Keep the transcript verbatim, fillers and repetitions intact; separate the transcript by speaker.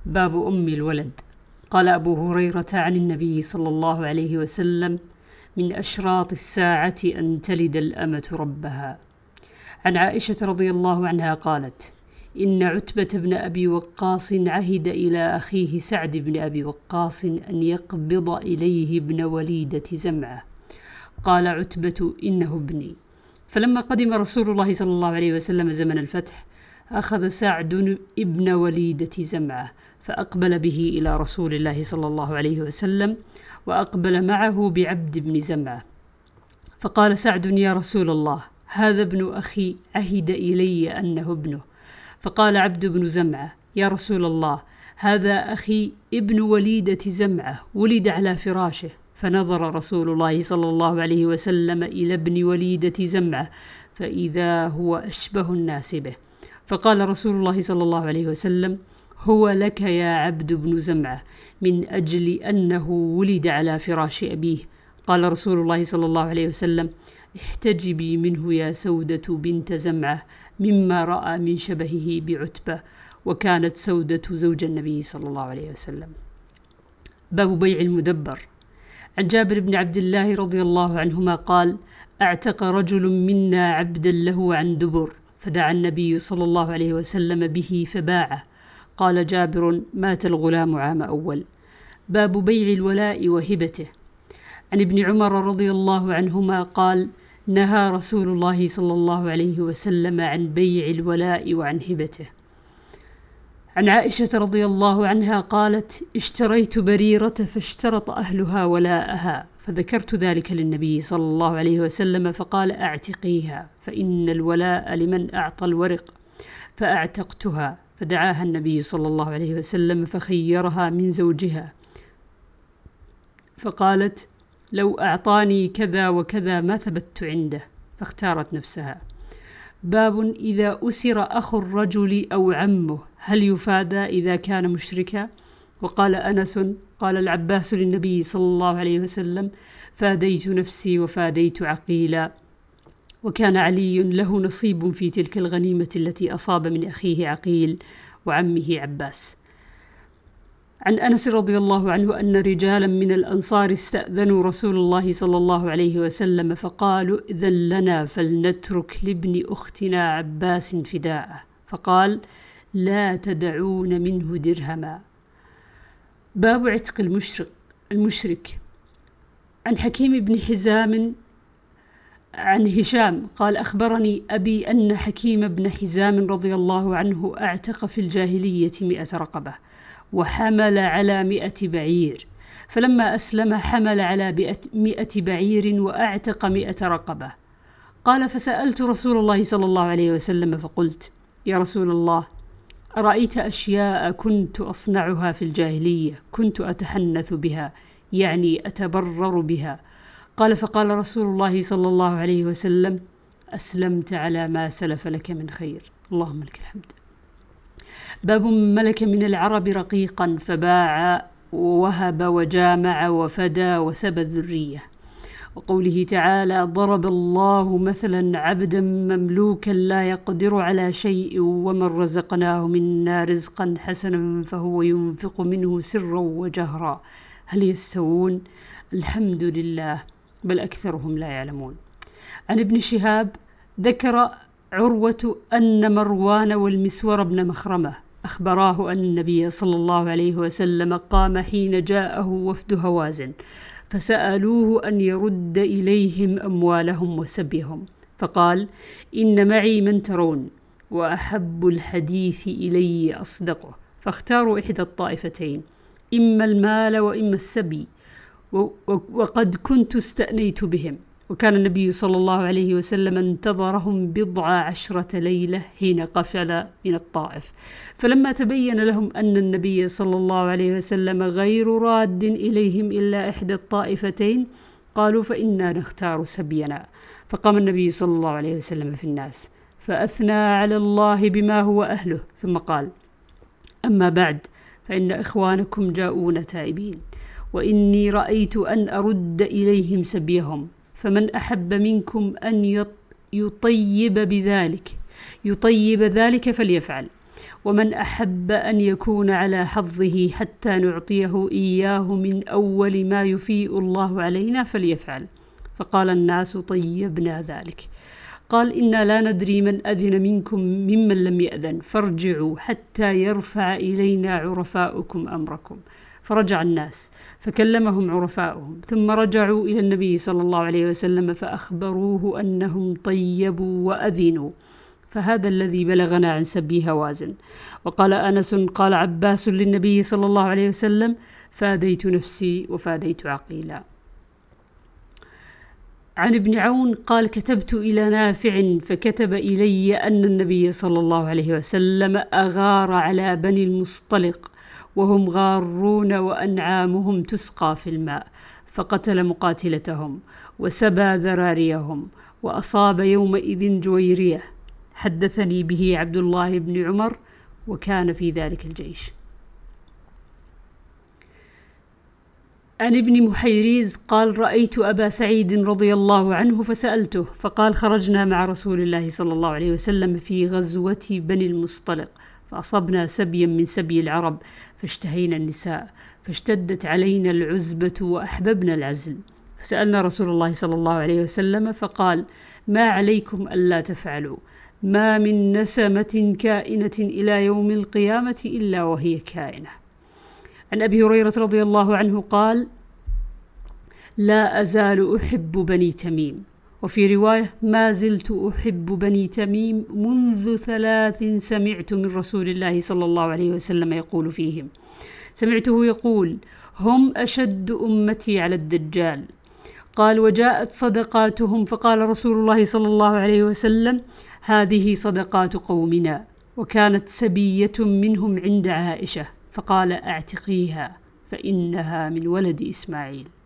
Speaker 1: باب أم الولد. قال أبو هريرة عن النبي صلى الله عليه وسلم: من أشراط الساعة أن تلد الأمة ربها. عن عائشة رضي الله عنها قالت: إن عتبة بن أبي وقاص عهد إلى أخيه سعد بن أبي وقاص أن يقبض إليه ابن وليدة زمعة. قال عتبة: إنه ابني. فلما قدم رسول الله صلى الله عليه وسلم زمن الفتح، أخذ سعد ابن وليدة زمعة فأقبل به إلى رسول الله صلى الله عليه وسلم، وأقبل معه بعبد بن زمعة. فقال سعد: يا رسول الله، هذا ابن أخي عهد إلي أنه ابنه. فقال عبد بن زمعة: يا رسول الله، هذا أخي ابن وليدة زمعة ولد على فراشه. فنظر رسول الله صلى الله عليه وسلم إلى ابن وليدة زمعة فإذا هو أشبه الناس به. فقال رسول الله صلى الله عليه وسلم: هو لك يا عبد بن زمعة، من أجل أنه ولد على فراش أبيه. قال رسول الله صلى الله عليه وسلم: احتجبي منه يا سودة بنت زمعة، مما رأى من شبهه بعتبة. وكانت سودة زوج النبي صلى الله عليه وسلم. باب بيع المدبر. عن جابر بن عبد الله رضي الله عنهما قال: اعتق رجل منا عبدا له عن دبر، فدعا النبي صلى الله عليه وسلم به فباعه. قال جابر: مات الغلام عام أول. باب بيع الولاء وهبته. عن ابن عمر رضي الله عنهما قال: نهى رسول الله صلى الله عليه وسلم عن بيع الولاء وعن هبته. عن عائشة رضي الله عنها قالت: اشتريت بريرة فاشترط أهلها ولاءها، فذكرت ذلك للنبي صلى الله عليه وسلم فقال: اعتقيها، فإن الولاء لمن أعطى الورق. فأعتقتها، فدعاها النبي صلى الله عليه وسلم فخيرها من زوجها، فقالت: لو أعطاني كذا وكذا ما ثبت عنده، فاختارت نفسها. باب إذا أسر أخو الرجل أو عمه هل يفادى إذا كان مشركا؟ وقال أنس: قال العباس للنبي صلى الله عليه وسلم: فاديت نفسي وفاديت عقيلا. وكان علي له نصيب في تلك الغنيمة التي أصاب من أخيه عقيل وعمه عباس. عن أنس رضي الله عنه أن رجالا من الأنصار استأذنوا رسول الله صلى الله عليه وسلم فقالوا: إذن لنا فلنترك لابن أختنا عباس فداءه. فقال: لا تدعون منه درهما. باب عتق المشرك, المشرك. عن حكيم بن حزام عن هشام قال: أخبرني أبي أن حكيم بن حزام رضي الله عنه أعتق في الجاهلية مئة رقبة، وحمل على مئة بعير، فلما أسلم حمل على مئة بعير وأعتق مئة رقبة. قال: فسألت رسول الله صلى الله عليه وسلم فقلت: يا رسول الله، أرأيت أشياء كنت أصنعها في الجاهلية كنت أتحنث بها، يعني أتبرر بها. قال: فقال رسول الله صلى الله عليه وسلم: أسلمت على ما سلف لك من خير، اللهم لك الحمد. باب ملك من العرب رقيقا فباع ووهب وجامع وفدى وسبى الذرية. وقوله تعالى: ضرب الله مثلا عبدا مملوكا لا يقدر على شيء ومن رزقناه منا رزقا حسنا فهو ينفق منه سرا وجهرا هل يستوون؟ الحمد لله، بل أكثرهم لا يعلمون. عن ابن شهاب ذكر عروة أن مروان والمسور بن مخرمة أخبراه أن النبي صلى الله عليه وسلم قام حين جاءه وفد هوازن فسألوه أن يرد إليهم أموالهم وسبيهم، فقال: إن معي من ترون، وأحب الحديث إلي أصدقه، فاختاروا إحدى الطائفتين، إما المال وإما السبي، وقد كنت استأنيت بهم. وكان النبي صلى الله عليه وسلم انتظرهم بضع عشرة ليلة حين قفل من الطائف، فلما تبين لهم أن النبي صلى الله عليه وسلم غير راد إليهم إلا إحدى الطائفتين قالوا: فإنا نختار سبينا. فقام النبي صلى الله عليه وسلم في الناس فأثنى على الله بما هو أهله، ثم قال: أما بعد، فإن إخوانكم جاءون تائبين، وإني رأيت أن أرد إليهم سبيهم، فمن أحب منكم أن يطيب بذلك يطيب ذلك فليفعل، ومن أحب أن يكون على حظه حتى نعطيه إياه من أول ما يفيء الله علينا فليفعل. فقال الناس: طيبنا ذلك. قال: إنا لا ندري من أذن منكم ممن لم يأذن، فارجعوا حتى يرفع إلينا عرفاؤكم أمركم. فرجع الناس فكلمهم عرفاؤهم، ثم رجعوا إلى النبي صلى الله عليه وسلم فأخبروه أنهم طيبوا وأذنوا، فهذا الذي بلغنا عن سبي هوازن. وقال أنس: قال عباس للنبي صلى الله عليه وسلم: فاديت نفسي وفاديت عقيلا. عن ابن عون قال: كتبت إلى نافع فكتب إلي أن النبي صلى الله عليه وسلم أغار على بني المصطلق وهم غارون وأنعامهم تسقى في الماء، فقتل مقاتلتهم وسبى ذراريهم وأصاب يومئذ جويرية. حدثني به عبد الله بن عمر وكان في ذلك الجيش. عن ابن محيريز قال: رأيت أبا سعيد رضي الله عنه فسألته، فقال: خرجنا مع رسول الله صلى الله عليه وسلم في غزوة بني المصطلق، فأصبنا سبيا من سبي العرب، فاشتهينا النساء، فاشتدت علينا العزبة وأحببنا العزل، فسألنا رسول الله صلى الله عليه وسلم فقال: ما عليكم ألا تفعلوا، ما من نسمة كائنة إلى يوم القيامة إلا وهي كائنة. عن أبي هريرة رضي الله عنه قال: لا أزال أحب بني تميم. وفي رواية: ما زلت أحب بني تميم منذ ثلاث سمعت من رسول الله صلى الله عليه وسلم يقول فيهم. سمعته يقول: هم أشد أمتي على الدجال. قال: وجاءت صدقاتهم، فقال رسول الله صلى الله عليه وسلم: هذه صدقات قومنا. وكانت سبية منهم عند عائشة، فقال: اعتقيها فإنها من ولد إسماعيل.